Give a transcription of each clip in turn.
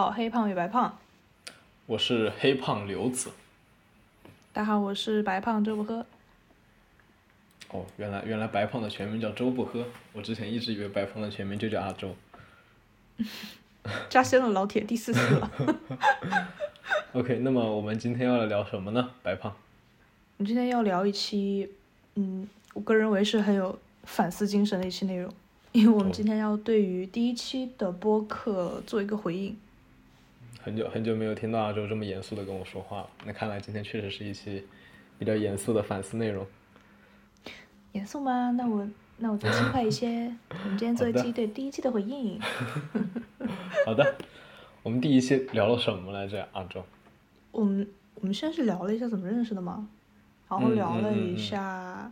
到黑胖与白胖。 我是黑胖刘子。 大家好，我是白胖周不喝。 哦，原来白胖的全名叫周不喝，我之前一直以为白胖的全名就叫阿周。 扎仙了老铁，第4次了。 OK， 那么我们今天要来聊什么呢？白胖， 我们今天要聊一期，我个人认为是很有反思精神的一期内容，因为我们今天要对于第1期的播客做一个回应。 很久没有听到阿周这么严肃的跟我说话了，那看来今天确实是一期比较严肃的反思内容。 严肃吗？那我再轻快一些。我们今天做一期对第1期的回应。 好的，我们第1期聊了什么来着，阿周？ 我们先是聊了一下怎么认识的嘛，然后聊了一下，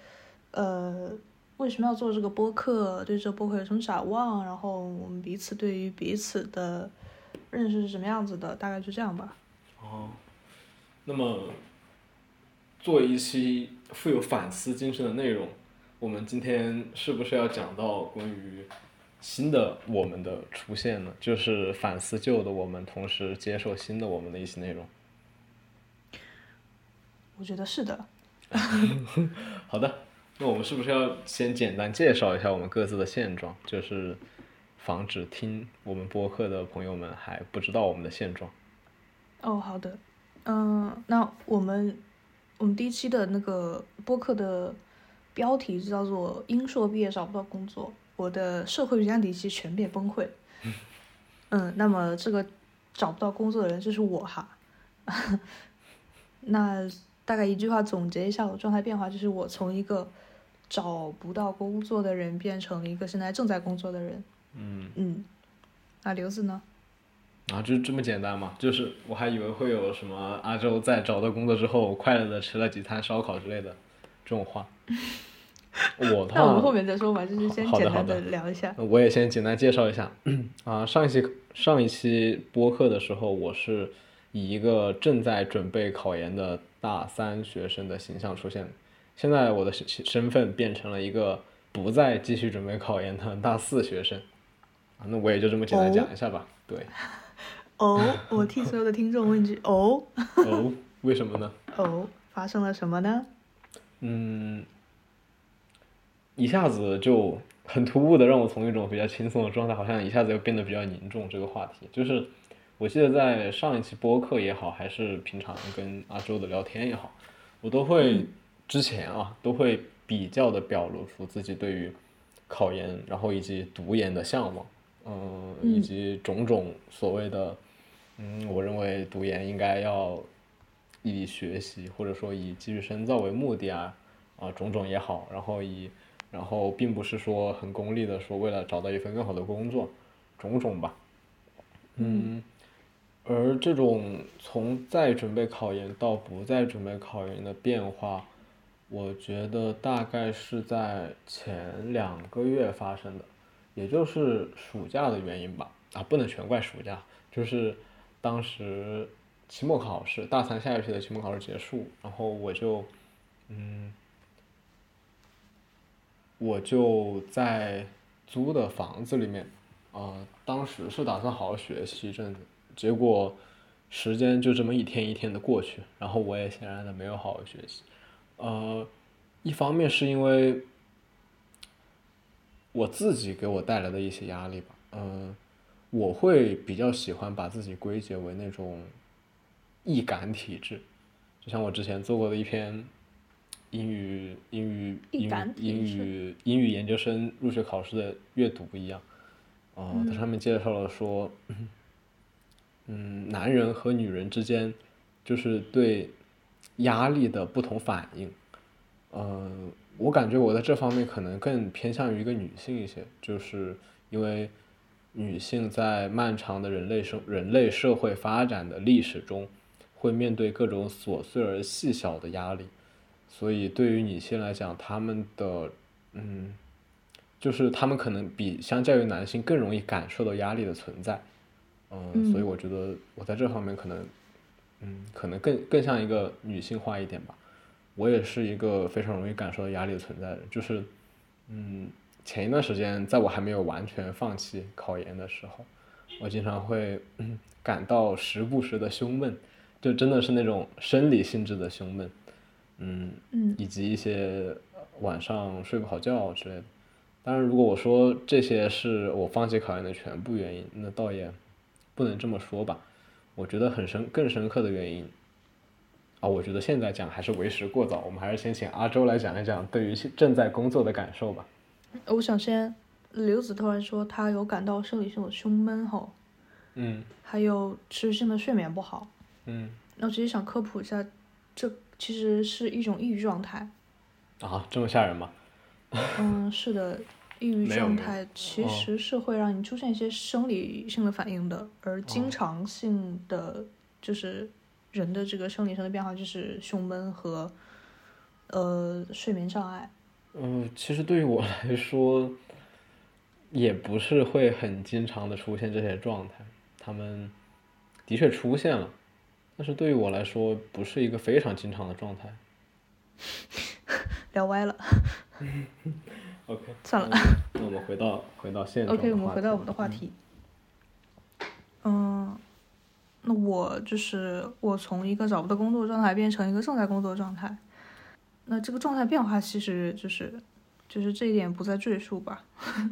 为什么要做这个播客，对这个播客有什么展望，然后我们彼此对于彼此的认识是什么样子的，大概就这样吧。 哦，那么做一期富有反思精神的内容，我们今天是不是要讲到关于新的我们的出现呢？就是反思旧的我们，同时接受新的我们的一些内容。 我觉得是的。 好的，那我们是不是要先简单介绍一下我们各自的现状，就是防止听我们播客的朋友们还不知道我们的现状。 哦，好的。那我们第1期的那个播客的标题就叫做英硕毕业找不到工作，我的社会原理期全面崩溃。那么这个找不到工作的人就是我哈。那大概一句话总结一下我的状态变化，就是我从一个找不到工作的人变成了一个现在正在工作的人。那刘子呢？ 就这么简单吗？就是我还以为会有什么阿周在找到工作之后快乐的吃了几餐烧烤之类的这种话。 那我们后面再说吧，就是先简单的聊一下。 我也先简单介绍一下。上一期播客的时候，我是以一个正在准备考研的大3学生的形象出现的，现在我的身份变成了一个不再继续准备考研的大4学生。那我也就这么简单讲一下吧。对。 我替所有的听众问一句为什么呢？ 发生了什么呢？ 一下子就很突兀的让我从一种比较轻松的状态，好像一下子又变得比较凝重。这个话题就是我记得在上一期播客也好，还是平常跟阿周的聊天也好，我都会之前都会比较的表露出自己对于考研然后以及读研的向往，以及种种所谓的我认为读研应该要以学习或者说以继续深造为目的种种也好，然后并不是说很功利的说为了找到一份更好的工作，种种吧。而这种从在准备考研到不再准备考研的变化，我觉得大概是在前2个月发生的，也就是暑假的原因吧。不能全怪暑假，就是当时期末考试，大3下学期的期末考试结束，然后我就在租的房子里面，当时是打算好好学习一阵子，结果时间就这么一天一天的过去，然后我也显然的没有好好学习。一方面是因为我自己给我带来的一些压力吧，我会比较喜欢把自己归结为那种易感体质，就像我之前做过的一篇英语研究生入学考试的阅读一样，它上面介绍了说，男人和女人之间就是对压力的不同反应，我感觉我在这方面可能更偏向于一个女性一些，就是因为女性在漫长的人类社会发展的历史中，会面对各种琐碎而细小的压力，所以对于女性来讲，她们的就是她们可能相较于男性更容易感受到压力的存在，所以我觉得我在这方面可能更像一个女性化一点吧。我也是一个非常容易感受到压力的存在的，就是前一段时间在我还没有完全放弃考研的时候， 我经常会感到时不时的胸闷，就真的是那种生理性质的胸闷，以及一些晚上睡不好觉之类的。当然，如果我说这些是我放弃考研的全部原因，那倒也不能这么说吧。我觉得更深刻的原因我觉得现在讲还是为时过早，我们还是先请阿周来讲一讲对于正在工作的感受吧。 我想先，刘子突然说他有感到生理性的胸闷吼，还有持续性的睡眠不好，那我其实想科普一下，这其实是一种抑郁状态。 这么吓人吗？ 是的，抑郁状态其实是会让你出现一些生理性的反应的，而经常性的就是人的这个生理上的变化就是胸闷和睡眠障碍。 其实对于我来说，也不是会很经常的出现这些状态，他们的确出现了，但是对于我来说不是一个非常经常的状态。 聊歪了。 OK， 算了。 那我们回到现状。 OK， 我们回到我们的话题。那我从一个找不到工作状态变成一个正在工作的状态，那这个状态变化其实就是这一点不再赘述吧。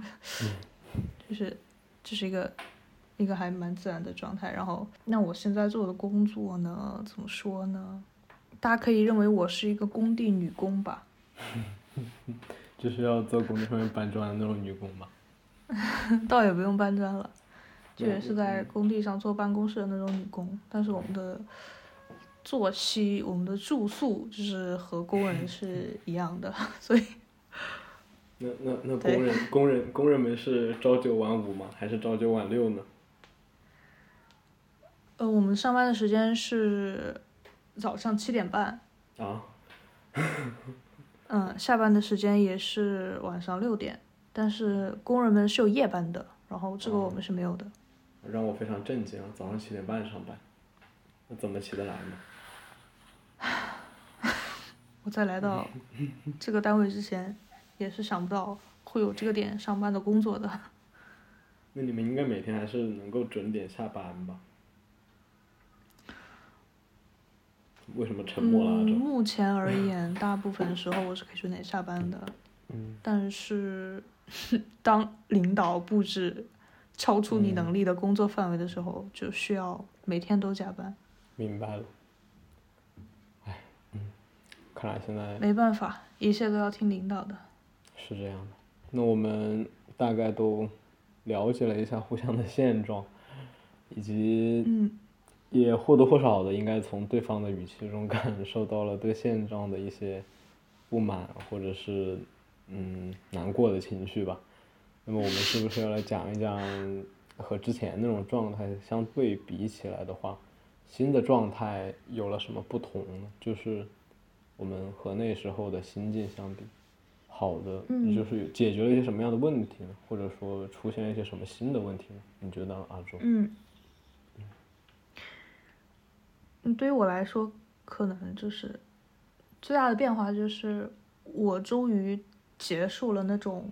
这是一个还蛮自然的状态。然后那我现在做的工作呢，怎么说呢，大家可以认为我是一个工地女工吧。 就是要做工地上面搬砖的那种女工吧。 倒也不用搬砖了，就也是在工地上坐办公室的那种女工，但是我们的作息、我们的住宿就是和工人是一样的，所以那工人们是朝9晚5吗？还是朝9晚6呢？ 我们上班的时间是早上7点半。下班的时间也是晚上6点，但是工人们是有夜班的，然后这个我们是没有的。 让我非常震惊啊！早上7点半上班，那怎么起得来呢？ 我在来到这个单位之前，也是想不到会有这个点上班的工作的。 那你们应该每天还是能够准点下班吧？为什么沉默了啊？ 目前而言，大部分时候我是可以准点下班的。但是当领导布置超出你能力的工作范围的时候，就需要每天都加班。 明白了。看来现在没办法，一切都要听领导的。 是这样的。那我们大概都了解了一下互相的现状，以及也或多或少的应该从对方的语气中感受到了对现状的一些不满或者是难过的情绪吧。那么我们是不是要来讲一讲和之前那种状态相对比起来的话，新的状态有了什么不同呢？就是我们和那时候的心境相比，好的，就是解决了一些什么样的问题呢？或者说出现了一些什么新的问题呢？你觉得阿周？ 对于我来说，可能就是最大的变化就是我终于结束了那种，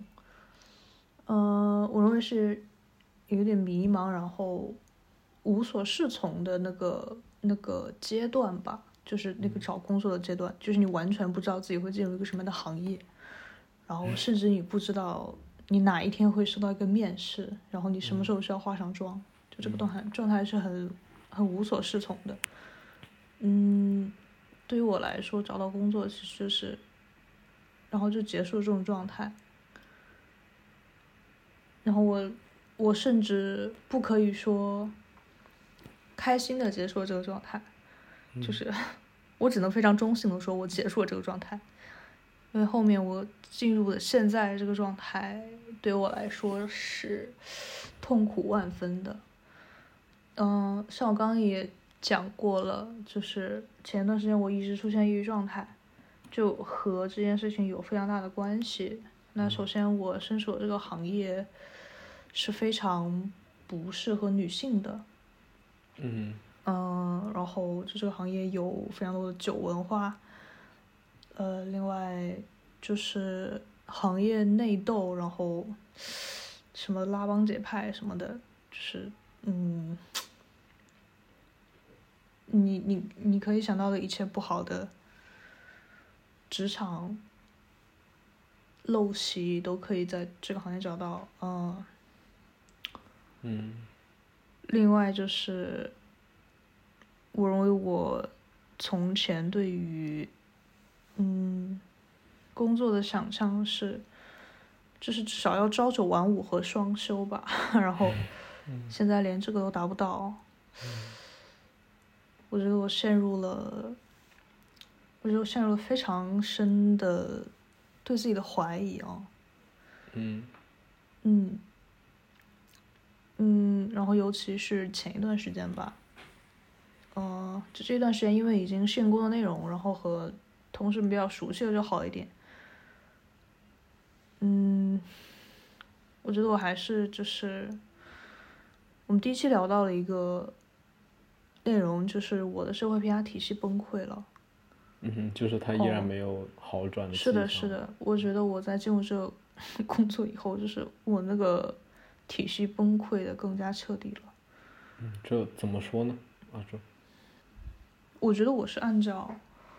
我认为是有点迷茫，然后无所适从的那个阶段吧，就是那个找工作的阶段，就是你完全不知道自己会进入一个什么样的行业，然后甚至你不知道你哪一天会收到一个面试，然后你什么时候需要化上妆，就这个状态是很无所适从的。对于我来说，找到工作其实就是，然后就结束这种状态。然后我甚至不可以说开心的结束了这个状态，就是我只能非常中性的说我结束了这个状态，因为后面我进入的现在这个状态对我来说是痛苦万分的。像我刚刚也讲过了，就是前段时间我一直出现抑郁状态，就和这件事情有非常大的关系。那首先我身处的这个行业是非常不适合女性的，然后就这个行业有非常多的酒文化，另外就是行业内斗，然后什么拉帮结派什么的，就是嗯，你可以想到的一切不好的职场陋习都可以在这个行业找到。另外就是，我认为我从前对于工作的想象是，就是至少要朝九晚五和双休吧，然后现在连这个都达不到。我觉得我陷入了非常深的对自己的怀疑啊。然后尤其是前一段时间吧，这段时间因为已经适应工作内容，然后和同事们比较熟悉了就好一点。我觉得我还是就是我们第一期聊到了一个内容，就是我的社会评价体系崩溃了。 就是它依然没有好转的迹象。 是的，我觉得我在进入这个工作以后，就是我那个体系崩溃的更加彻底了。 这怎么说呢？ 我觉得我是按照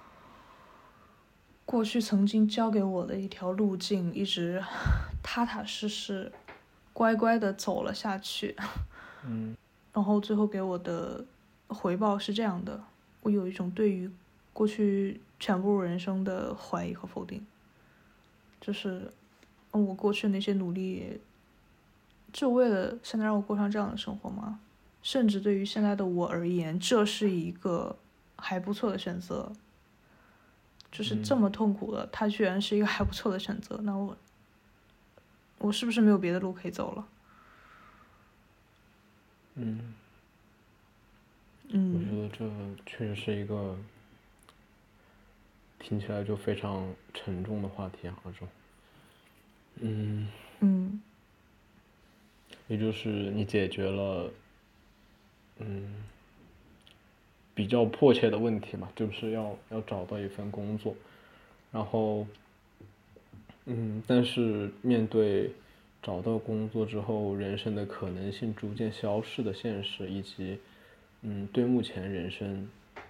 过去曾经教给我的一条路径，一直踏踏实实、乖乖的走了下去。然后最后给我的回报是这样的，我有一种对于过去全部人生的怀疑和否定，就是我过去那些努力就为了现在让我过上这样的生活吗？甚至对于现在的我而言，这是一个还不错的选择，就是这么痛苦了，它居然是一个还不错的选择，那我是不是没有别的路可以走了？ 我觉得这确实是一个听起来就非常沉重的话题啊，也就是你解决了比较迫切的问题嘛，就是要找到一份工作，然后但是面对找到工作之后人生的可能性逐渐消逝的现实，以及对目前人生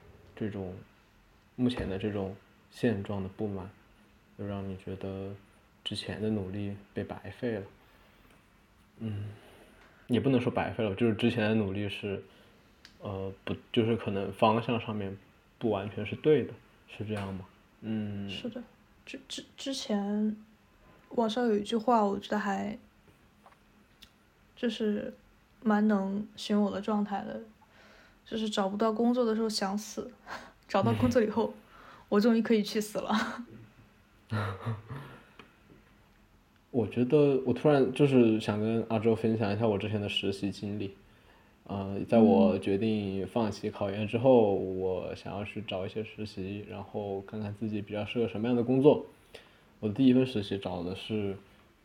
目前的这种现状的不满，就让你觉得之前的努力被白费了。也不能说白费了，就是之前的努力是不，就是可能方向上面不完全是对的，是这样吗？ 是的，之前网上有一句话，我觉得还就是蛮能形容我的状态的，就是找不到工作的时候想死，找到工作以后，我终于可以去死了。 我觉得我突然就是想跟阿周分享一下我之前的实习经历。在我决定放弃考研之后，我想要去找一些实习，然后看看自己比较适合什么样的工作。我的第一份实习找的是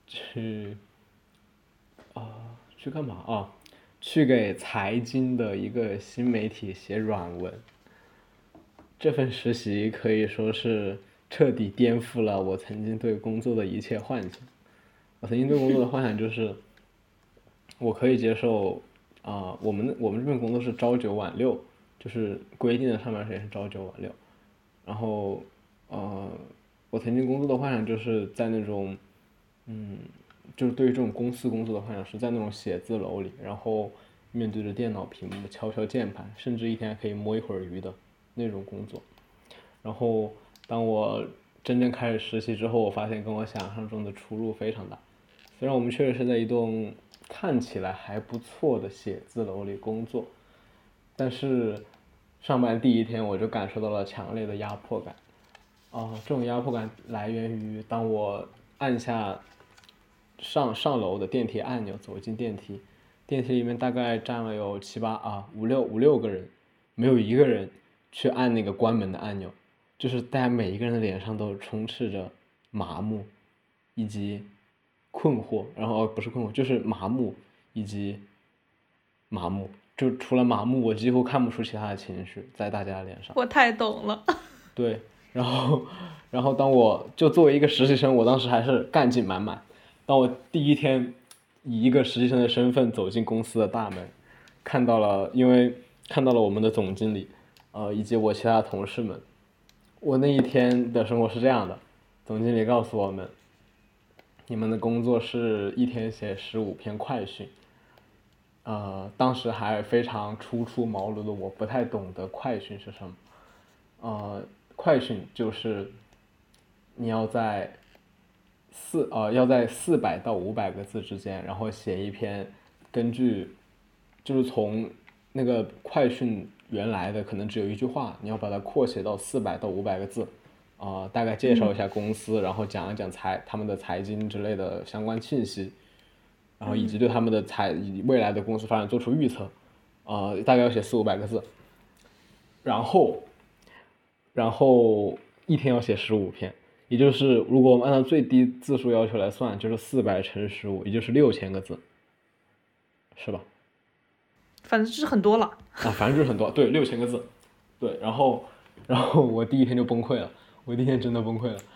去干嘛啊？去给财经的一个新媒体写软文。这份实习可以说是彻底颠覆了我曾经对工作的一切幻想。我曾经对工作的幻想就是，我可以接受我们这边工作是朝九晚六，就是规定的上班时间是朝九晚六。然后我曾经工作的幻想就是在那种就是对于这种公司工作的幻想是在那种写字楼里，然后面对着电脑屏幕敲敲键盘，甚至一天还可以摸一会儿鱼的那种工作。然后当我真正开始实习之后，我发现跟我想象中的出入非常大。虽然我们确实是在一栋看起来还不错的写字楼里工作，但是上班第一天我就感受到了强烈的压迫感。这种压迫感来源于当我按下上楼的电梯按钮，走进电梯，电梯里面大概站了有五六个人，没有一个人去按那个关门的按钮，就是大家每一个人的脸上都充斥着麻木以及困惑，然后不是困惑，就是麻木以及麻木，就除了麻木，我几乎看不出其他的情绪在大家的脸上。 我太懂了。 对，然后当我就作为一个实习生，我当时还是干劲满满。当我第一天以一个实习生的身份走进公司的大门， 看到了，因为看到了我们的总经理，以及我其他同事们。我那一天的生活是这样的，总经理告诉我们，你们的工作是一天写15篇快讯。当时还非常初出茅庐的我不太懂得快讯是什么。快讯就是你要在400到500个字之间，然后写一篇根据就是从那个快讯原来的可能只有一句话，你要把它扩写到400到500个字，大概介绍一下公司，然后讲一讲他们的财经之类的相关信息，然后以及对他们的未来的公司发展做出预测，大概要写400-500个字，然后一天要写15篇，也就是如果我们按照最低字数要求来算，就是400乘15，也就是6000个字，是吧？ 反正就是很多了。 反正就是很多，对，6000个字，对，然后我第一天就崩溃了，我第一天真的崩溃了，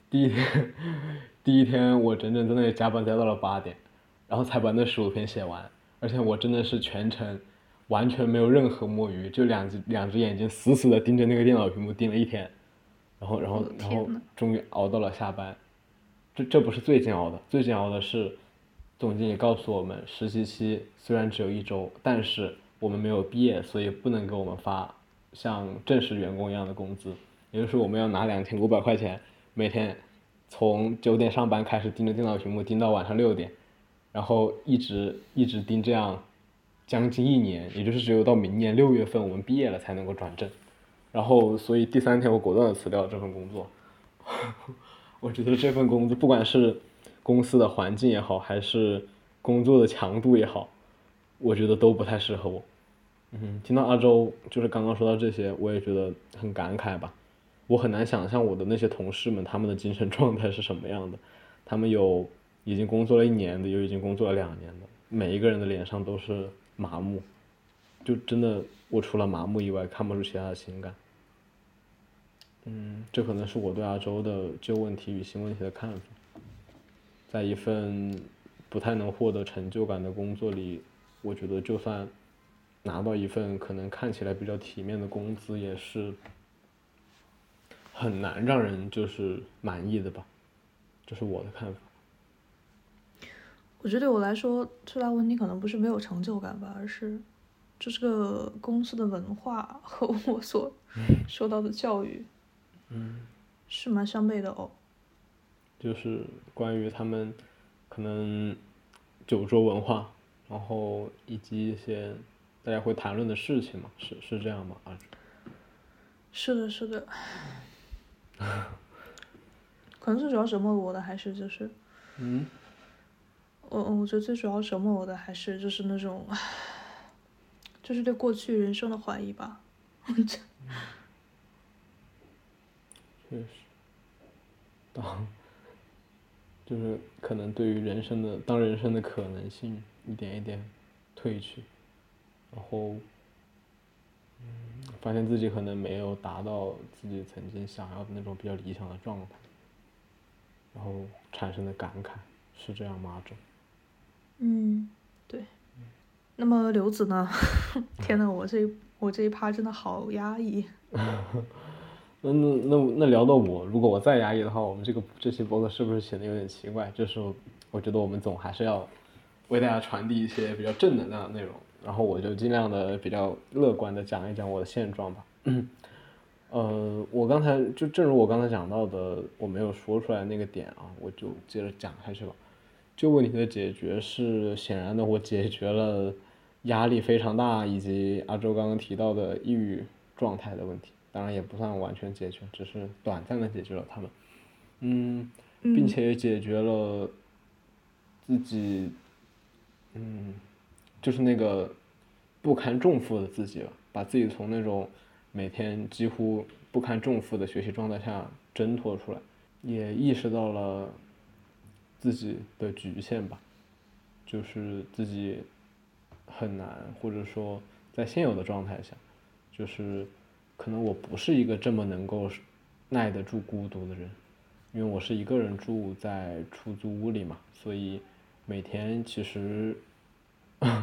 第一天我整整在那里加班加到了8点，然后才把那15篇写完，而且我真的是全程完全没有任何摸鱼，就两只眼睛死死的盯着那个电脑屏幕盯了一天，然后终于熬到了下班。这不是最煎熬的，最煎熬的是总经理告诉我们，实习期虽然只有1周，但是我们没有毕业，所以不能给我们发像正式员工一样的工资，也就是我们要拿2500块钱，每天从9点上班开始盯着电脑屏幕盯到晚上6点，然后一直盯，这样将近1年，也就是只有到明年6月份我们毕业了才能够转正。然后所以第3天我果断的辞掉了这份工作。我觉得这份工作不管是公司的环境也好，还是工作的强度也好，我觉得都不太适合我。听到阿周就是刚刚说到这些，我也觉得很感慨吧。我很难想象我的那些同事们他们的精神状态是什么样的。他们有已经工作了1年的，有已经工作了2年的，每一个人的脸上都是麻木，就真的我除了麻木以外看不出其他的情感。这可能是我对阿周的旧问题与新问题的看法。在一份不太能获得成就感的工作里，我觉得就算拿到一份可能看起来比较体面的工资，也是很难让人就是满意的吧，这是我的看法。 我觉得对我来说最大问题可能不是没有成就感吧，而是这是个公司的文化和我所受到的教育是蛮相悖的哦。 就是关于他们可能酒桌文化，然后以及一些大家会谈论的事情嘛，是这样吗？ 是的，是的。可能最主要折磨我的还是就是我觉得最主要折磨我的还是就是那种就是对过去人生的怀疑吧。 确实，就是可能对于人生的可能性一点一点褪去，然后发现自己可能没有达到自己曾经想要的那种比较理想的状态，然后产生的感慨，是这样吗？阿周？ 对。那么刘子呢？天呐，我这一趴真的好压抑。 那聊到我，如果我再压抑的话，我们这期播客是不是显得有点奇怪？就是我觉得我们总还是要为大家传递一些比较正能量的内容，然后我就尽量的比较乐观的讲一讲我的现状吧。我刚才就正如我刚才讲到的，我没有说出来那个点啊，我就接着讲下去了。这个问题的解决是显然的，我解决了压力非常大以及阿周刚刚提到的抑郁状态的问题，当然也不算完全解决，只是短暂的解决了他们。并且也解决了自己，就是那个不堪重负的自己了，把自己从那种每天几乎不堪重负的学习状态下挣脱出来，也意识到了自己的局限吧，就是自己很难，或者说在现有的状态下，就是可能我不是一个这么能够耐得住孤独的人，因为我是一个人住在出租屋里嘛，所以每天其实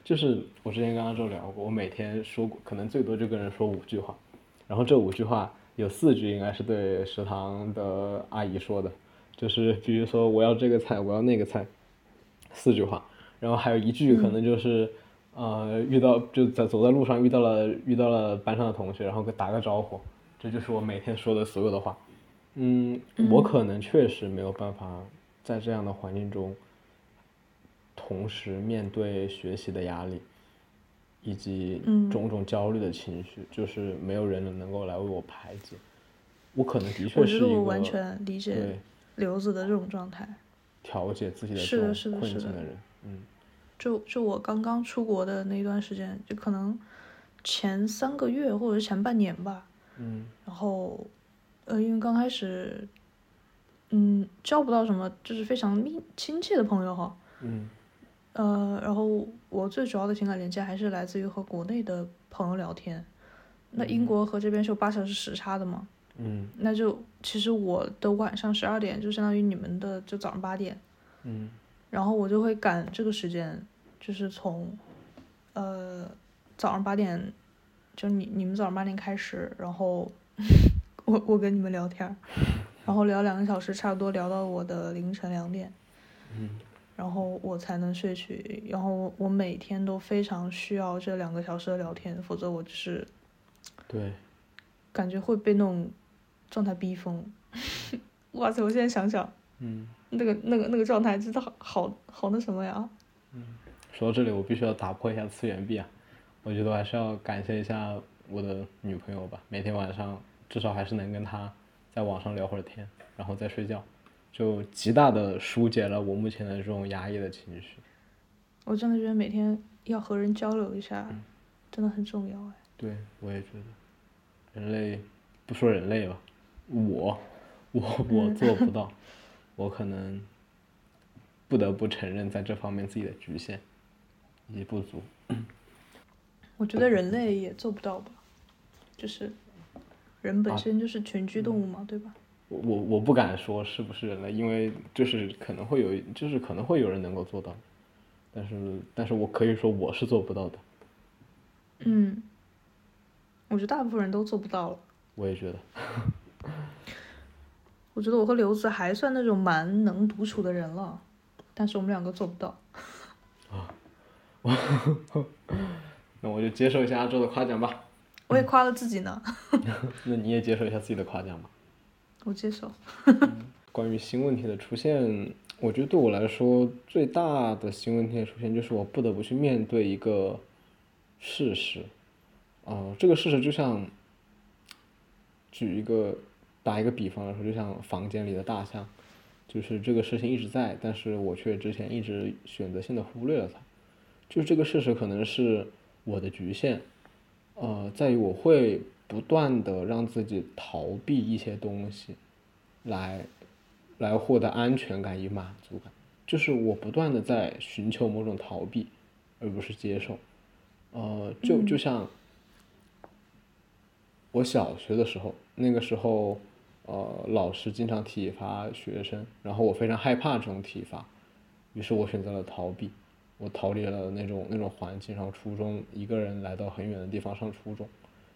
就是我之前跟阿周聊过，我每天说可能最多就跟人说5句话，然后这5句话有4句应该是对食堂的阿姨说的，就是比如说我要这个菜，我要那个菜，4句话，然后还有1句可能就是，遇到就走在路上遇到了班上的同学，然后打个招呼，这就是我每天说的所有的话。我可能确实没有办法在这样的环境中同时面对学习的压力，以及种种焦虑的情绪，就是没有人能够来为我排解。我可能的确我是一个觉得我完全理解对刘子的这种状态。 调节自己的是的， 这种是的，是的。 困境的人。 就我刚刚出国的那段时间，就可能前3个月或者前半年吧。然后，因为刚开始，交不到什么就是非常亲切的朋友哈。然后我最主要的情感连接还是来自于和国内的朋友聊天。那英国和这边是有8小时时差的嘛？那就其实我的晚上12点就相当于你们的就早上8点。然后我就会赶这个时间，就是从早上8点，就你们早上8点开始，然后我跟你们聊天，然后聊2个小时，差不多聊到我的凌晨2点。然后我才能睡去。然后我每天都非常需要这2个小时的聊天，否则我就是对， 感觉会被那种状态逼疯。哇塞！我现在想想，那个状态真的好那什么呀。 说到这里，我必须要打破一下次元壁啊！我觉得我还是要感谢一下我的女朋友吧，每天晚上至少还是能跟她在网上聊会儿天，然后再睡觉，就极大的疏解了我目前的这种压抑的情绪。 我真的觉得每天要和人交流一下，真的很重要哎。 对，我也觉得，人类不说人类吧，我做不到，我可能不得不承认在这方面自己的局限以及不足。 我觉得人类也做不到吧，就是人本身就是群居动物嘛，对吧？ 我不敢说是不是人类，因为就是可能会有人能够做到，但是我可以说我是做不到的。 我觉得大部分人都做不到了。 我也觉得。 我觉得我和刘子还算那种蛮能独处的人了，但是我们2个做不到。 那我就接受一下阿周的夸奖吧。 我也夸了自己呢。 那你也接受一下自己的夸奖吧。 我接受。 关于新问题的出现，我觉得对我来说最大的新问题的出现就是我不得不去面对一个事实。这个事实就像打一个比方来说，就像房间里的大象，就是这个事情一直在，但是我却之前一直选择性的忽略了它。就是这个事实可能是我的局限，在于我会不断的让自己逃避一些东西，来获得安全感与满足感，就是我不断的在寻求某种逃避，而不是接受。就像我小学的时候，那个时候，老师经常体罚学生，然后我非常害怕这种体罚，于是我选择了逃避。我逃离了那种环境，然后初中一个人来到很远的地方上初中。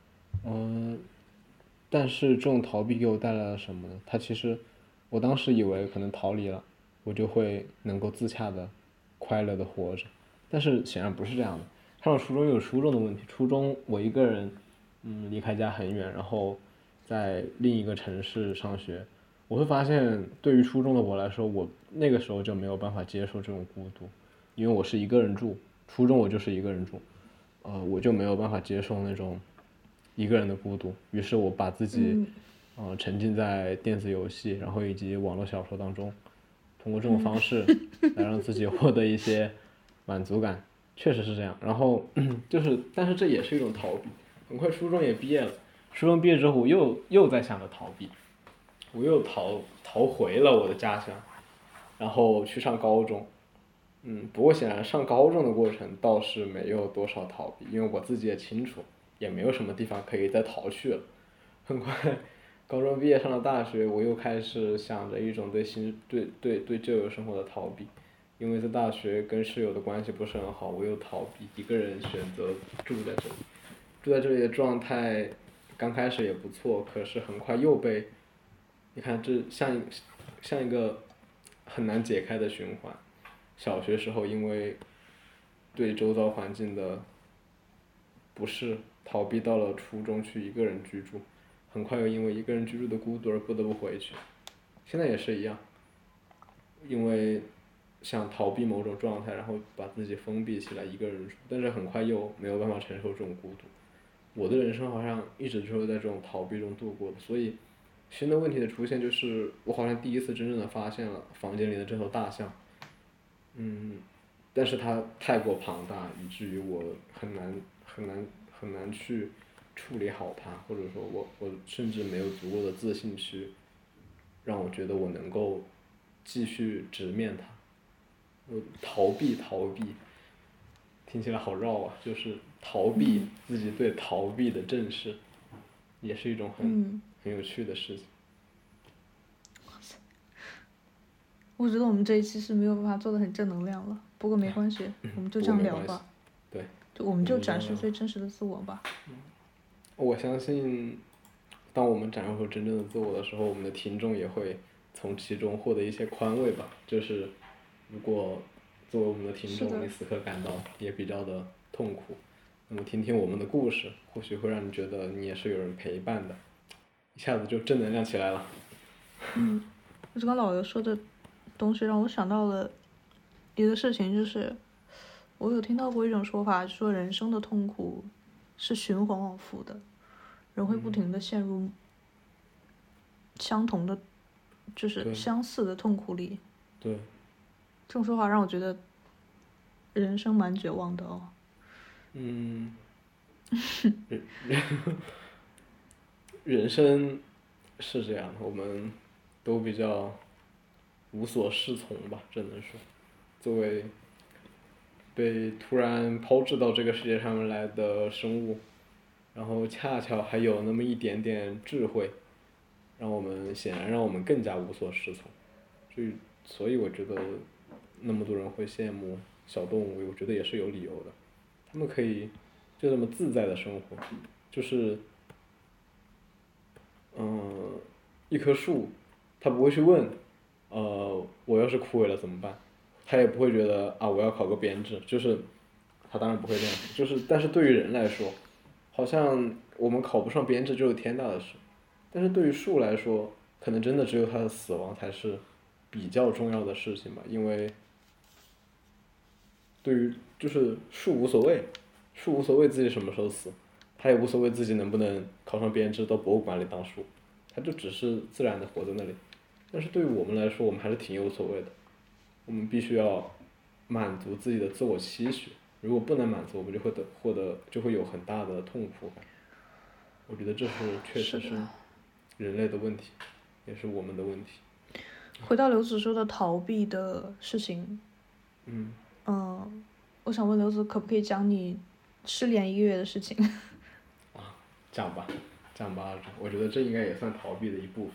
但是这种逃避给我带来了什么呢？它其实我当时以为可能逃离了，我就会能够自洽的快乐的活着，但是显然不是这样的。上了初中又有初中的问题，初中我一个人离开家很远，然后在另一个城市上学，我会发现对于初中的我来说，我那个时候就没有办法接受这种孤独，因为我是一个人住，初中我就是一个人住，我就没有办法接受那种一个人的孤独，于是我把自己沉浸在电子游戏，然后以及网络小说当中，通过这种方式来让自己获得一些满足感，确实是这样。然后但是这也是一种逃避。很快初中也毕业了，初中毕业之后我又在想着逃避，我又逃回了我的家乡，然后去上高中。不过显然上高中的过程倒是没有多少逃避，因为我自己也清楚，也没有什么地方可以再逃去了。很快，高中毕业上了大学，我又开始想着一种对旧有生活的逃避， 因为在大学跟室友的关系不是很好，我又逃避，一个人选择住在这里。住在这里的状态刚开始也不错，可是很快又被，你看这像一个很难解开的循环。小学时候因为对周遭环境的不适，逃避到了初中去一个人居住，很快又因为一个人居住的孤独而不得不回去。现在也是一样，因为想逃避某种状态，然后把自己封闭起来一个人住，但是很快又没有办法承受这种孤独。我的人生好像一直就是在这种逃避中度过的，所以新的问题的出现就是我好像第一次真正的发现了房间里的这头大象，但是它太过庞大，以至于我很难去处理好它，或者说我甚至没有足够的自信去让我觉得我能够继续直面它。我逃避，听起来好绕啊，就是逃避自己对逃避的正视，也是一种很有趣的事情。 我觉得我们这一期是没有办法做的很正能量了，不过没关系，我们就这样聊吧。 对， 就我们就展示最真实的自我吧。 我相信，当我们展示出真正的自我的时候，我们的听众也会从其中获得一些宽慰吧。就是如果作为我们的听众，你此刻感到也比较的痛苦，那么听听我们的故事，或许会让你觉得你也是有人陪伴的，一下子就正能量起来了。 我刚老刘说的东西让我想到了一个事情，就是我有听到过一种说法，说人生的痛苦是循环往复的，人会不停的陷入相同的，就是相似的痛苦里。 对， 这种说法让我觉得人生蛮绝望的哦。 人生是这样的，我们都比较无所适从吧，只能说，作为被突然抛掷到这个世界上面来的生物，然后恰巧还有那么一点点智慧，让我们更加无所适从。所以我觉得那么多人会羡慕小动物，我觉得也是有理由的。他们可以就这么自在的生活，就是一棵树，它不会去问我要是枯萎了怎么办，他也不会觉得啊我要考个编制，就是他当然不会这样，就是但是对于人来说，好像我们考不上编制就是天大的事，但是对于树来说，可能真的只有它的死亡才是比较重要的事情吧，因为对于就是树无所谓自己什么时候死，他也无所谓自己能不能考上编制到博物馆里当树，他就只是自然的活在那里。但是对于我们来说，我们还是挺有所谓的，我们必须要满足自己的自我期许，如果不能满足，我们就会有很大的痛苦感。我觉得这确实是人类的问题，也是我们的问题。 回到刘子说的逃避的事情，我想问刘子可不可以讲你失联1个月的事情？ 讲吧，我觉得这应该也算逃避的一部分。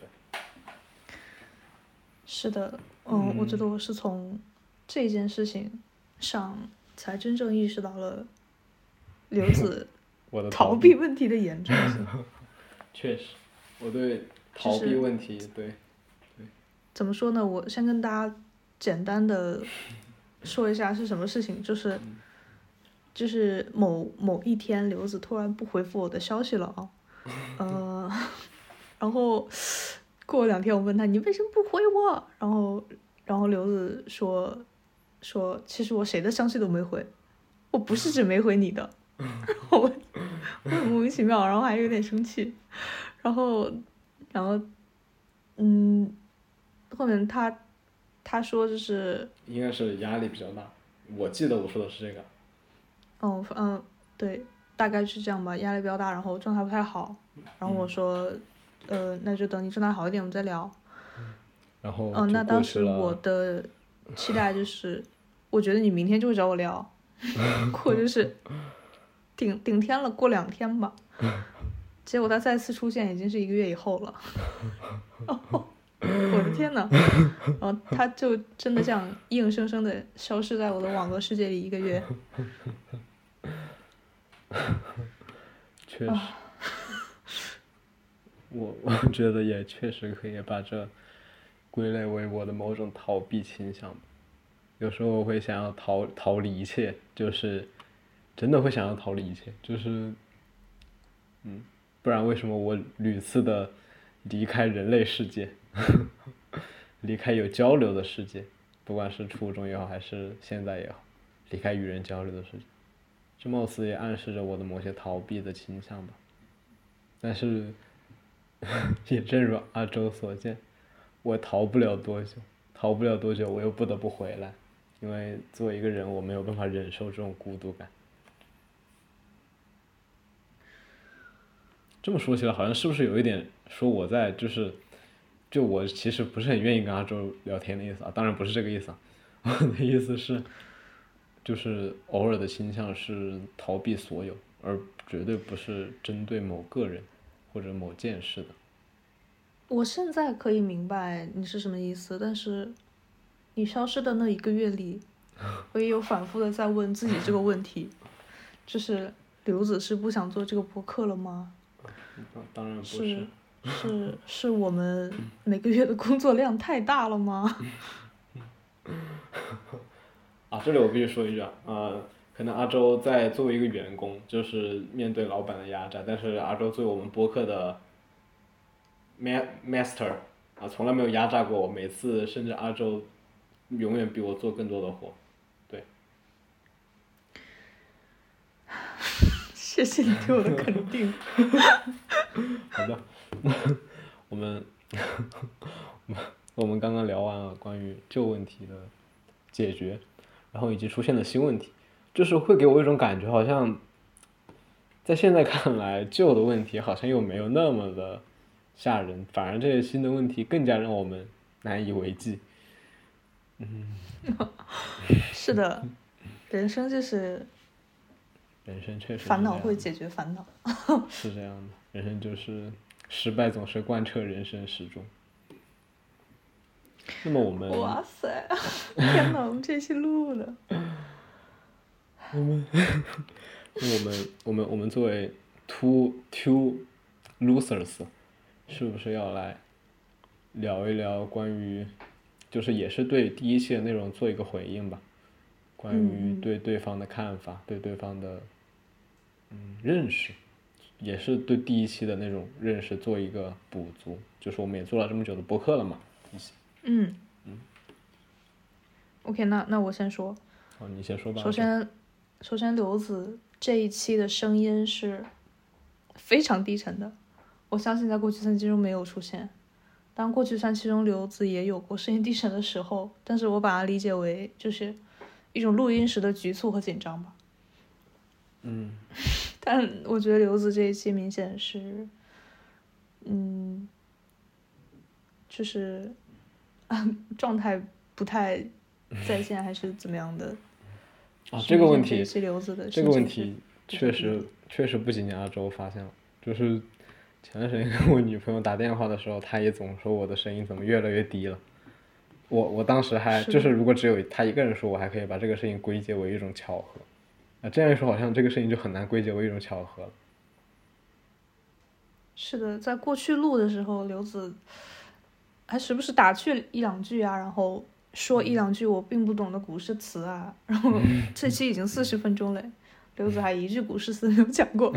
是的，我觉得我是从这件事情上才真正意识到了刘子我的逃避问题的严重性。 确实，我对逃避问题，对。 怎么说呢？我先跟大家简单的说一下是什么事情，就是某一天，刘子突然不回复我的消息了啊，然后过了2天，我问他你为什么不回我？然后刘子说其实我谁的消息都没回，我不是指没回你的。我很莫名其妙，然后还有点生气，然后后面他说就是应该是压力比较大，我记得我说的是这个。 对，大概是这样吧，压力比较大，然后状态不太好，然后我说那就等你状态好一点我们再聊。 然后那当时我的期待就是我觉得你明天就会找我聊或者是顶天了过2天吧，结果他再次出现已经是1个月以后了。 我的天呐，然后他就真的这样硬生生的消失在我的网络世界里1个月。 确实，我觉得也确实可以把这归类为我的某种逃避倾向吧。有时候我会想要逃离一切，就是真的会想要逃离一切，就是不然为什么我屡次的离开人类世界，离开有交流的世界，不管是初中也好，还是现在也好，离开与人交流的世界，这貌似也暗示着我的某些逃避的倾向吧。但是也正如阿周所见，我逃不了多久，我又不得不回来，因为作为一个人，我没有办法忍受这种孤独感。这么说起来，好像是不是有一点说我在就我其实不是很愿意跟阿周聊天的意思啊？当然不是这个意思啊，我的意思是，就是偶尔的倾向是逃避所有，而绝对不是针对某个人或者某件事的。 我现在可以明白你是什么意思，但是你消失的那1个月里，我也有反复的在问自己这个问题，就是刘子是不想做这个播客了吗？ 当然不是。 是我们每个月的工作量太大了吗？ 啊，这里我必须说一句啊，可能阿周在作为一个员工，就是面对老板的压榨，但是阿周作为我们播客的master 啊，从来没有压榨过我，每次甚至阿周永远比我做更多的活，对。 谢谢你对我的肯定。 好的，我们我们刚刚聊完了关于旧问题的解决，然后以及出现的新问题，就是会给我一种感觉，好像在现在看来，旧的问题好像又没有那么的吓人，反而这些新的问题更加让我们难以为继。 是的，人生就是人生确实是烦恼会解决烦恼。 是这样的，人生就是失败总是贯彻人生始终。那么我们， 哇塞，天哪，我们这期录的。 我们作为 two losers， 是不是要来聊一聊关于，就是也是对第一期的内容做一个回应吧，关于对对方的看法，对对方的认识，也是对第一期的那种认识做一个补足，就是我们也做了这么久的播客了嘛。 OK， 那我先说。 好，你先说吧。 首先刘子这一期的声音是非常低沉的，我相信在过去3期中没有出现。当然过去3期中刘子也有过声音低沉的时候，但是我把它理解为就是一种录音时的局促和紧张吧。但我觉得刘子这一期明显是，就是状态不太在线还是怎么样的。 这个问题确实不仅仅阿周发现了，就是前段时间跟我女朋友打电话的时候，她也总说我的声音怎么越来越低了。我当时还就是如果只有她一个人说，我还可以把这个事情归结为一种巧合。这样一说，好像这个事情就很难归结为一种巧合了。 是的，在过去录的时候，刘子还时不时打趣1、2句啊，然后说1、2句我并不懂的古诗词啊，然后这期已经40分钟了，刘子还一句古诗词没有讲过。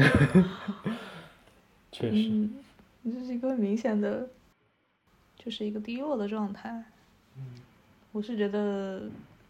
确实， 这是一个明显的，就是一个低落的状态。我是觉得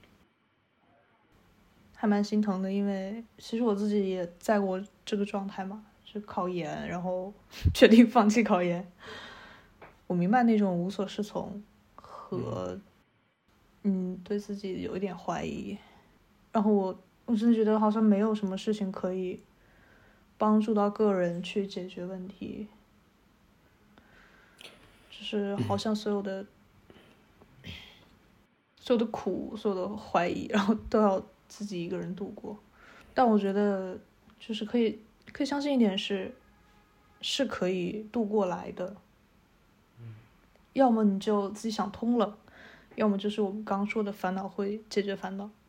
还蛮心疼的，因为其实我自己也在过这个状态嘛，是考研，然后决定放弃考研。我明白那种无所适从和对自己有一点怀疑，然后我真的觉得好像没有什么事情可以帮助到个人去解决问题，就是好像所有的苦，所有的怀疑，然后都要自己一个人度过。但我觉得就是可以相信一点是可以度过来的。 要么你就自己想通了，要么就是我们刚刚说的烦恼会解决烦恼。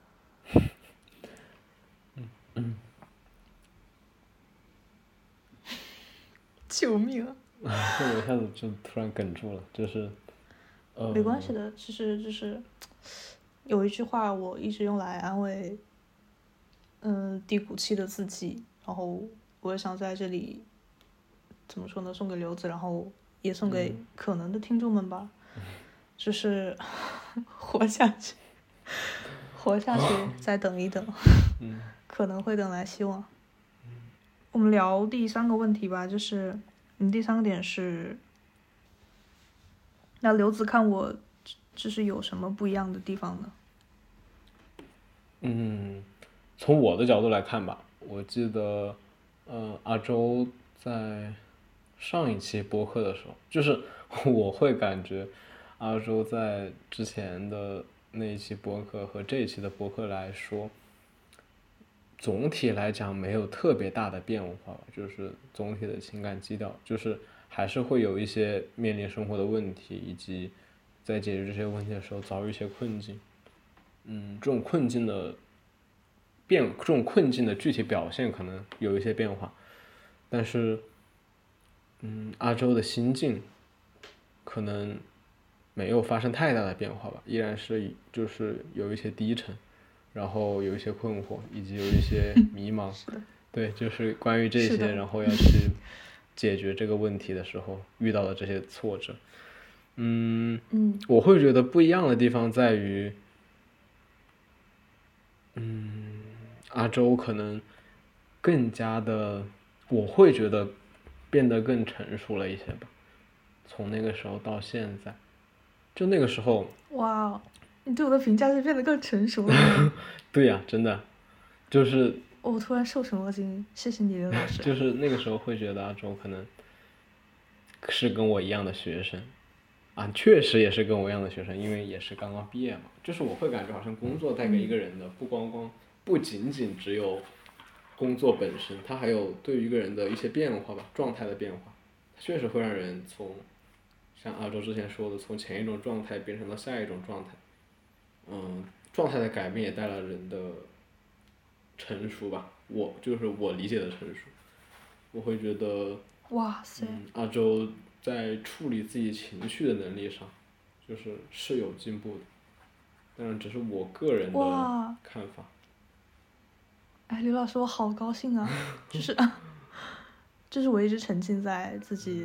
救命啊！ 这我一下子就突然哽住了，就是没关系的，其实就是有一句话我一直用来安慰低谷期的自己，然后我也想在这里怎么说呢，送给刘子，然后也送给可能的听众们吧，就是活下去，活下去，再等一等，可能会等来希望。我们聊第3个问题吧，就是第3个点是，那刘子看我就是有什么不一样的地方呢？ 从我的角度来看吧，我记得阿周在上一期播客的时候，就是我会感觉阿周在之前的那一期播客和这一期的播客来说，总体来讲没有特别大的变化，就是总体的情感基调，就是还是会有一些面临生活的问题，以及在解决这些问题的时候遭遇一些困境。这种困境的具体表现可能有一些变化，但是阿周的心境可能没有发生太大的变化吧，依然是就是有一些低沉，然后有一些困惑，以及有一些迷茫。对，就是关于这些，然后要去解决这个问题的时候遇到的这些挫折。我会觉得不一样的地方在于，阿周可能更加的，我会觉得变得更成熟了一些吧。从那个时候到现在，就那个时候， 哇，你对我的评价是变得更成熟了吗？ 对呀，真的，就是我突然受宠若惊，谢谢你，刘老师。 就是那个时候会觉得阿周可能是跟我一样的学生，确实也是跟我一样的学生，因为也是刚刚毕业嘛。就是我会感觉好像工作带给一个人的不仅仅只有工作本身，它还有对于一个人的一些变化吧，状态的变化，它确实会让人从像阿周之前说的，从前一种状态变成了下一种状态。状态的改变也带来了人的成熟吧，就是我理解的成熟。我会觉得， 哇塞， 阿周在处理自己情绪的能力上，是有进步的，当然只是我个人的看法。 哎，刘老师，我好高兴啊！就是我一直沉浸在自己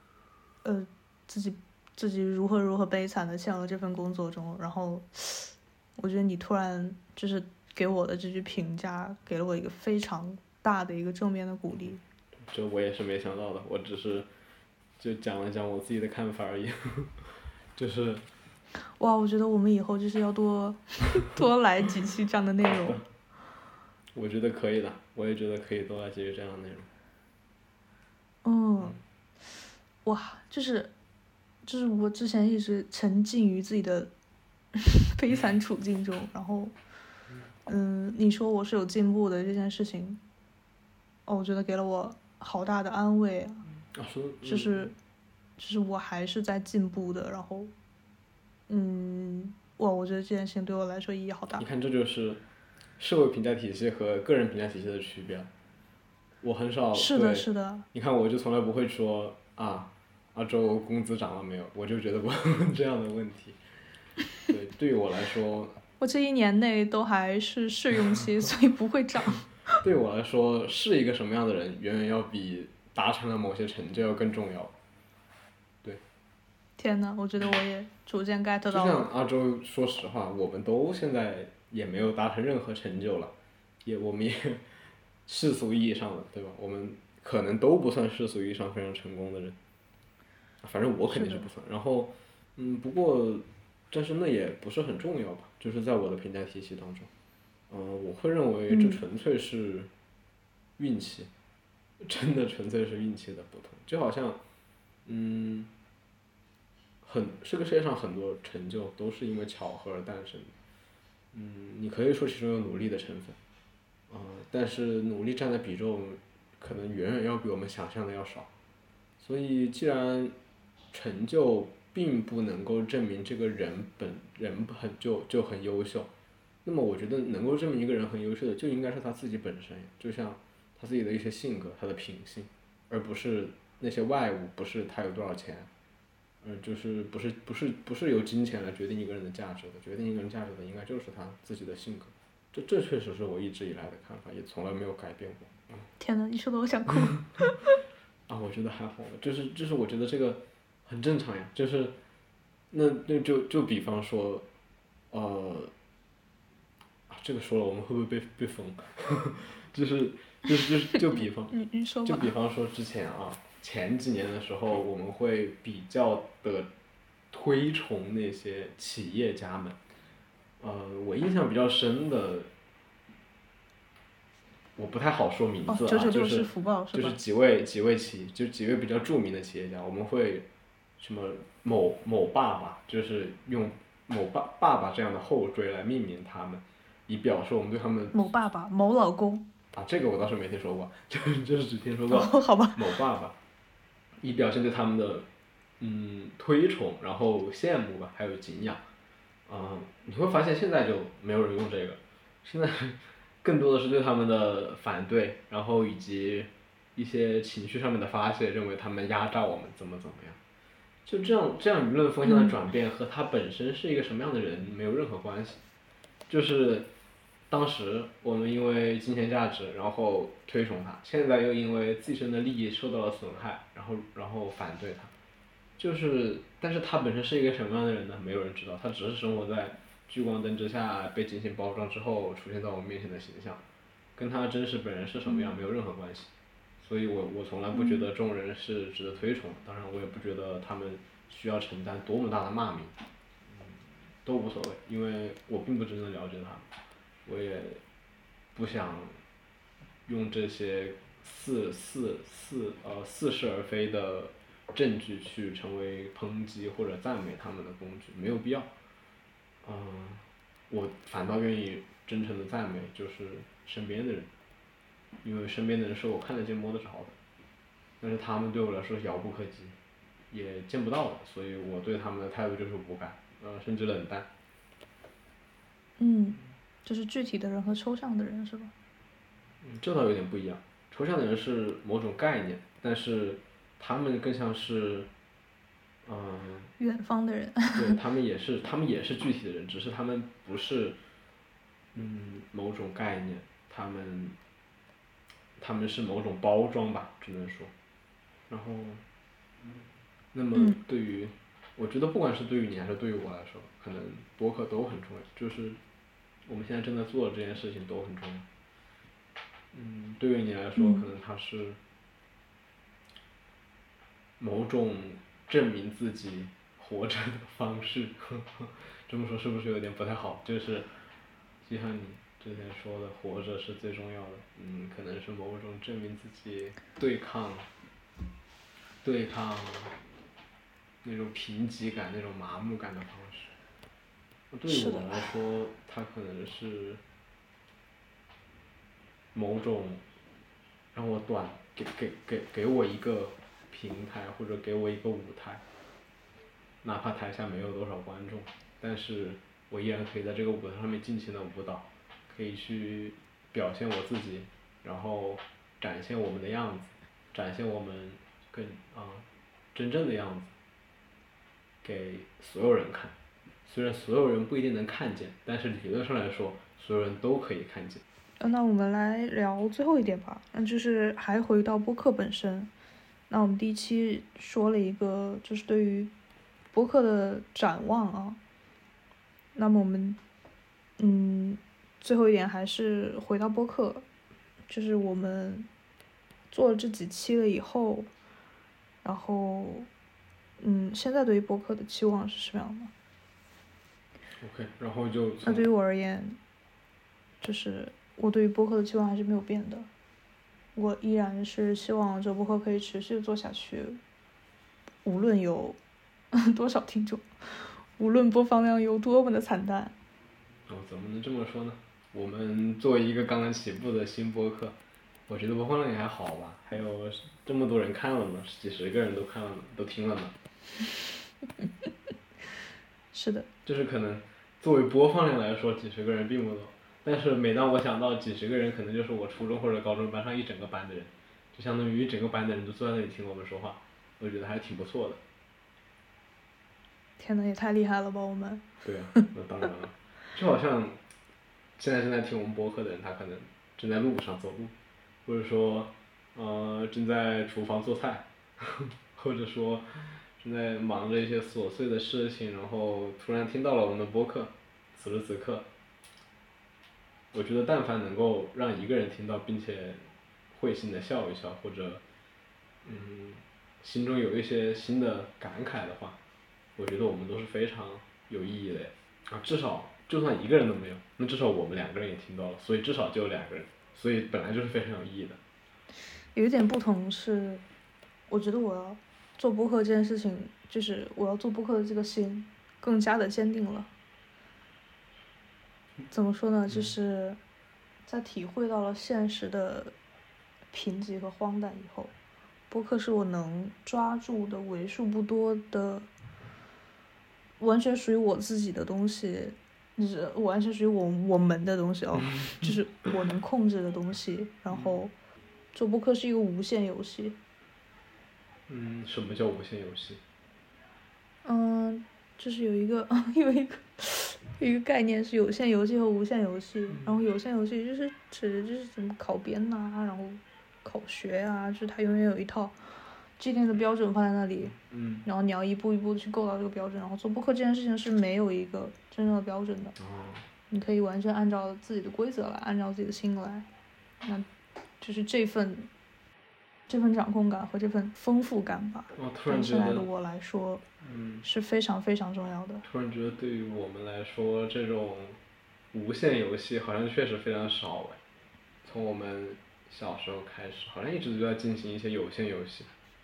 如何悲惨的陷入这份工作中，然后我觉得你突然就是给我的这句评价，给了我一个非常大的一个正面的鼓励。 这我也是没想到的，我只是就讲了讲我自己的看法而已，就是哇，我觉得我们以后就是要多来几期这样的内容。 我觉得可以的，我也觉得可以多来几期这样的内容。 哇，就是我之前一直沉浸于自己的悲惨处境中，然后你说我是有进步的这件事情，我觉得给了我好大的安慰啊。就是我还是在进步的，然后我觉得这件事情对我来说意义好大。 你看，这就是社会评价体系和个人评价体系的区别。我很少是的。 你看，我就从来不会说阿周工资涨了没有，我就觉得不会问这样的问题。对于我来说， 我这1年内都还是试用期，所以不会涨。 对我来说，是一个什么样的人，远远要比达成了某些成就要更重要。对。 天哪，我觉得我也逐渐 get 到了。 就像阿周，说实话，我们都现在也没有达成任何成就了，我们也世俗意义上的，对吧？我们可能都不算世俗意义上非常成功的人，反正我肯定是不算。然后，不过，但是那也不是很重要吧？就是在我的评价体系当中，我会认为这纯粹是运气，真的纯粹是运气的不同。就好像，这个世界上很多成就都是因为巧合而诞生的。你可以说其中有努力的成分，但是努力占的比重可能远远要比我们想象的要少。所以既然成就并不能够证明这个人就很优秀。那么我觉得能够证明一个人很优秀的，就应该是他自己本身，就像他自己的一些性格、他的品性，而不是那些外物，不是他有多少钱，就是不是由金钱来决定一个人的价值的，决定一个人价值的应该就是他自己的性格。这确实是我一直以来的看法，也从来没有改变过。 天呐，你说的我想哭。 啊，我觉得还好，就是我觉得这个很正常呀，就是那就比方说，这个说了我们会不会被封？就比方， 你说吧。 就比方说之前啊，前几年的时候，我们会比较的推崇那些企业家们。我印象比较深的，我不太好说名字啊，就是几位比较著名的企业家，我们会什么某爸爸，就是用某爸爸这样的后缀来命名他们，以表示我们对他们。 某爸爸、某老公。 啊，这个我倒是没听说过，就是只听说过好吧。 某爸爸，以表现对他们的推崇，然后羡慕吧，还有敬仰。你会发现现在就没有人用这个，现在更多的是对他们的反对，然后以及一些情绪上面的发泄，认为他们压榨我们怎么样。就这样舆论风向的转变和他本身是一个什么样的人没有任何关系，就是当时我们因为金钱价值然后推崇他，现在又因为自身的利益受到了损害，然后反对他。但是他本身是一个什么样的人呢？没有人知道，他只是生活在聚光灯之下，被精心包装之后出现在我们面前的形象，跟他真实本人是什么样没有任何关系。所以我从来不觉得这种人是值得推崇的，当然我也不觉得他们需要承担多么大的骂名，都无所谓，因为我并不真正了解他们，我也不想用这些似是而非的证据去成为抨击或者赞美他们的工具，没有必要。我反倒愿意真诚的赞美就是身边的人，因为身边的人是我看得见摸得着的，但是他们对我来说遥不可及，也见不到的，所以我对他们的态度就是无感，甚至冷淡。 就是具体的人和抽象的人是吧？ 这倒有点不一样，抽象的人是某种概念，但是他们更像是， 远方的人。 对，他们也是具体的人，只是他们不是，某种概念，他们是某种包装吧，只能说。然后，那么对于，我觉得不管是对于你还是对于我来说，可能播客都很重要，就是我们现在正在做的这件事情都很重要。对于你来说，可能它是某种证明自己活着的方式，这么说是不是有点不太好？就是就像你之前说的，活着是最重要的，可能是某种证明自己对抗那种贫瘠感、那种麻木感的方式。对于我来说，它可能是某种让我给我一个平台，或者给我一个舞台，哪怕台下没有多少观众，但是我依然可以在这个舞台上面尽情的舞蹈，可以去表现我自己，然后展现我们的样子，展现我们更真正的样子给所有人看。虽然所有人不一定能看见，但是理论上来说，所有人都可以看见。 那我们来聊最后一点吧，就是还回到播客本身。那我们第一期说了一个，就是对于播客的展望啊。那么我们，最后一点还是回到播客，就是我们做了这几期了以后，然后，现在对于播客的期望是什么样的？ OK， 然后就那对于我而言，就是我对于播客的期望还是没有变的，我依然是希望这播客可以持续做下去，无论有多少听众，无论播放量有多么的惨淡。 怎么能这么说呢？我们作为一个刚刚起步的新播客，我觉得播放量也还好吧，还有这么多人看了呢，几十个人都看了，都听了呢。 是的。 就是可能作为播放量来说，几十个人并不多，但是每当我想到几十个人，可能就是我初中或者高中班上一整个班的人，就相当于一整个班的人都坐在那里听我们说话，我觉得还挺不错的。 天呐，也太厉害了吧我们。 对啊，那当然了，就好像现在正在听我们播客的人，他可能正在路上走路，或者说正在厨房做菜，或者说正在忙着一些琐碎的事情，然后突然听到了我们的播客，此时此刻，我觉得但凡能够让一个人听到，并且会心的笑一笑，或者心中有一些新的感慨的话，我觉得我们都是非常有意义的啊，至少就算一个人都没有，那至少我们2个人也听到了，所以至少就有2个人，所以本来就是非常有意义的。 有一点不同是，我觉得我要做播客这件事情，就是我要做播客的这个心更加的坚定了。怎么说呢？就是在体会到了现实的贫瘠和荒诞以后，播客是我能抓住的为数不多的完全属于我自己的东西，就是完全属于我们的东西哦，就是我能控制的东西。然后做播客是一个无限游戏。 什么叫无限游戏？ 就是有一个概念是有限游戏和无限游戏。然后有限游戏就是指就是什么考编呐，然后考学啊，就是它永远有一套既定的标准放在那里，然后你要一步一步的去够到这个标准。然后做播客这件事情是没有一个真正的标准的，你可以完全按照自己的规则来，按照自己的心来，那就是这份掌控感和这份丰富感吧，对现在的我来说，是非常非常重要的。 突然觉得对于我们来说，这种无限游戏好像确实非常少哎。从我们小时候开始，好像一直都在进行一些有限游戏。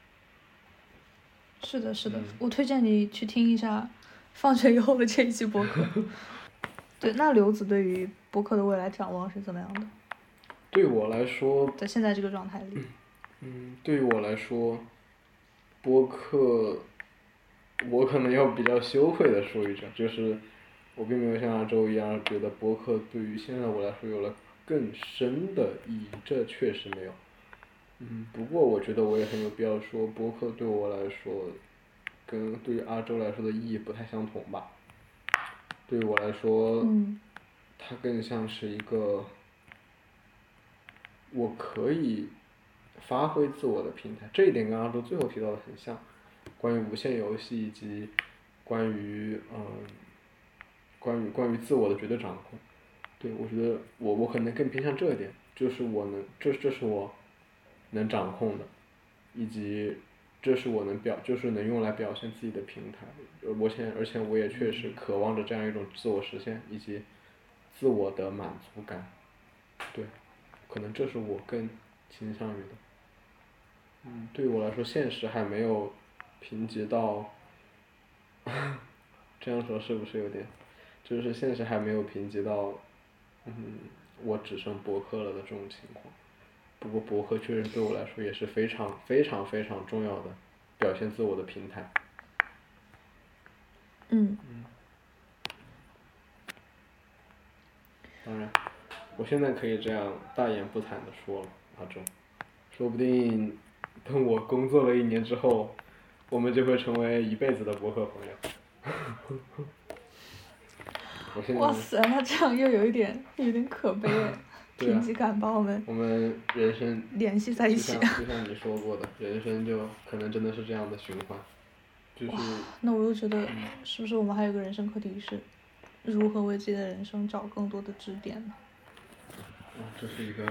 是的，是的，我推荐你去听一下放学以后的这一期播客。对，那刘子对于播客的未来展望是怎么样的？ 对我来说， 在现在这个状态里， 对于我来说，播客，我可能要比较羞愧的说一下，就是我并没有像阿周一样觉得播客对于现在我来说有了更深的意义，这确实没有。不过我觉得我也很有必要说，播客对我来说，跟对于阿周来说的意义不太相同吧。对于我来说，它更像是一个我可以发挥自我的平台，这一点跟阿周最后提到的很像，关于无限游戏以及关于自我的绝对掌控。对，我觉得我可能更偏向这一点，就是这是我能掌控的，以及这是我就是能用来表现自己的平台。而且我也确实渴望着这样一种自我实现以及自我的满足感。对，可能这是我更倾向于的。对于我来说，现实还没有贫瘠到，这样说是不是有点？就是现实还没有贫瘠到，我只剩播客了的这种情况。不过播客确实对我来说也是非常非常非常重要的表现自我的平台。当然，我现在可以这样大言不惭的说了，阿周，说不定等我工作了1年之后，我们就会成为一辈子的播客朋友。 哇塞，那这样又有点可悲哎，贫瘠感把我们人生联系在一起。 就像你说过的，人生就可能真的是这样的循环。就是。 那我又觉得，是不是我们还有个人生课题是，如何为自己的人生找更多的支点呢？ 这是一个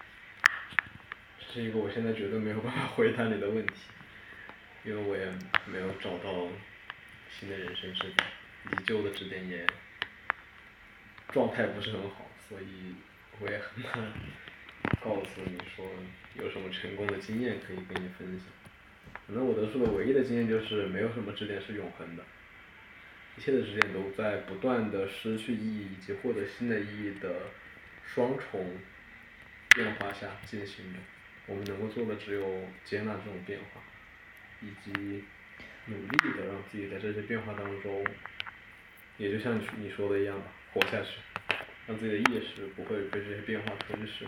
我现在绝对没有办法回答你的问题，因为我也没有找到新的人生支点，以及旧的支点也状态不是很好，所以我也很难告诉你说有什么成功的经验可以跟你分享。可能我得出的唯一的经验就是没有什么支点是永恒的，一切的支点都在不断的失去意义以及获得新的意义的双重变化下进行着。我们能够做的只有接纳这种变化，以及努力的让自己在这些变化当中也就像你说的一样吧，活下去，让自己的意识不会被这些变化吞噬。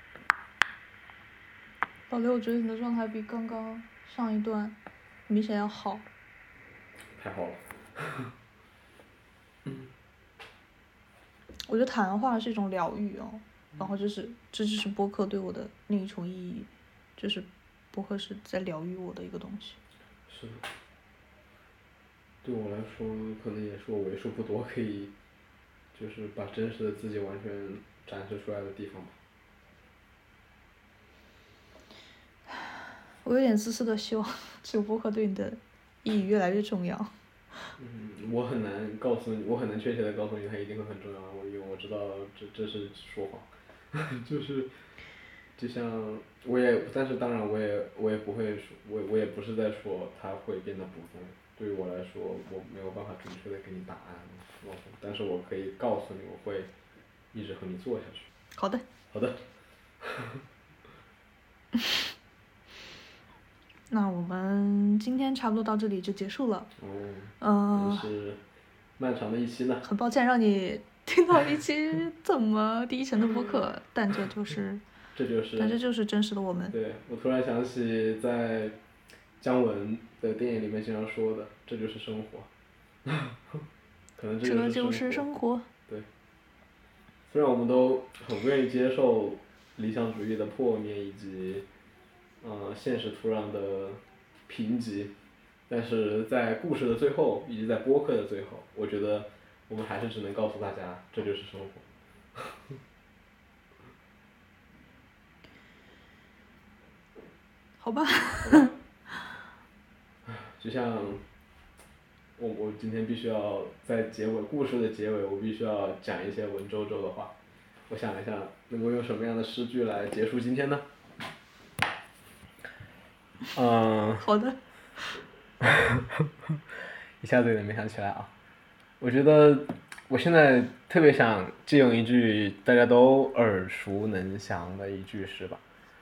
老刘，我觉得你的状态比刚刚上一段明显要好。 太好了。 我觉得谈话是一种疗愈哦，然后这就是播客对我的另一重意义，就是播客是在疗愈我的一个东西。 是的。对我来说，可能也是我为数不多可以，就是把真实的自己完全展示出来的地方吧。 我有点自私的希望这个播客对你的意义越来越重要。 我很难告诉你，我很难确切的告诉你它一定会很重要，因为我知道这是说谎，就是就像但是当然我也不会说，我也不是在说它会变得普通。对于我来说，我没有办法准确的给你答案，但是我可以告诉你，我会一直和你做下去。 好的。 好的。 那我们今天差不多到这里就结束了。 也是漫长的一期呢。 很抱歉让你听到一期这么低沉的播客，但这就是真实的我们。 对，我突然想起在姜文的电影里面经常说的，这就是生活。可能这就是生活。对。虽然我们都很不愿意接受理想主义的破灭以及现实土壤的贫瘠，但是在故事的最后以及在播客的最后，我觉得我们还是只能告诉大家，这就是生活。 好吧。 就像我今天必须要在故事的结尾，我必须要讲一些文绉绉的话。我想一下，能够用什么样的诗句来结束今天呢？ 好的。 一下子有点没想起来啊。我觉得我现在特别想借用一句大家都耳熟能详的一句诗吧。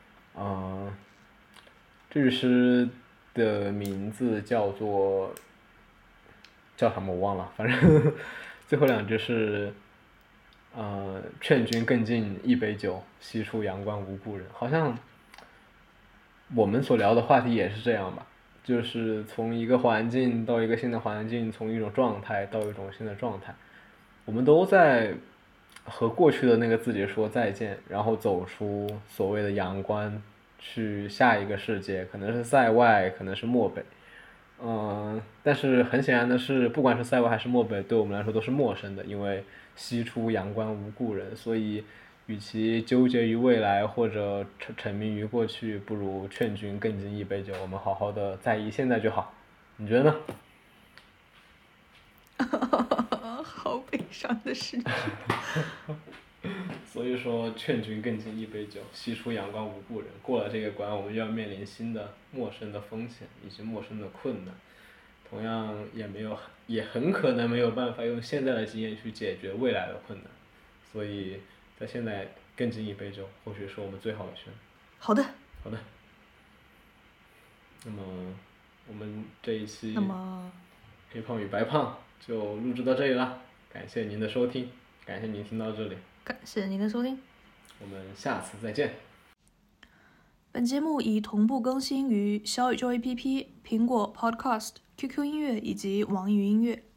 这句诗的名字叫什么我忘了，反正最后两句是劝君更尽一杯酒，西出阳关无故人。好像我们所聊的话题也是这样吧，就是从一个环境到一个新的环境，从一种状态到一种新的状态，我们都在和过去的那个自己说再见，然后走出所谓的阳关，去下一个世界，可能是塞外，可能是漠北。但是很显然的是，不管是塞外还是漠北，对我们来说都是陌生的，因为西出阳关无故人，所以与其纠结于未来或者沉迷于过去，不如劝君更尽一杯酒，我们好好的在意现在就好。你觉得呢？ 好悲伤的事情。 所以说，劝君更尽一杯酒，西出阳关无故人。过了这个关，我们就要面临新的陌生的风险以及陌生的困难，同样也很可能没有办法用现在的经验去解决未来的困难。所以在现在更尽一杯酒，或许是我们最好的选择。 好的。 好的。那么我们这一期黑胖与白胖就录制到这里了，感谢您的收听，感谢您听到这里。 感谢您的收听， 我们下次再见。 本节目已同步更新于小宇宙 APP、苹果 Podcast、QQ 音乐以及网易云音乐。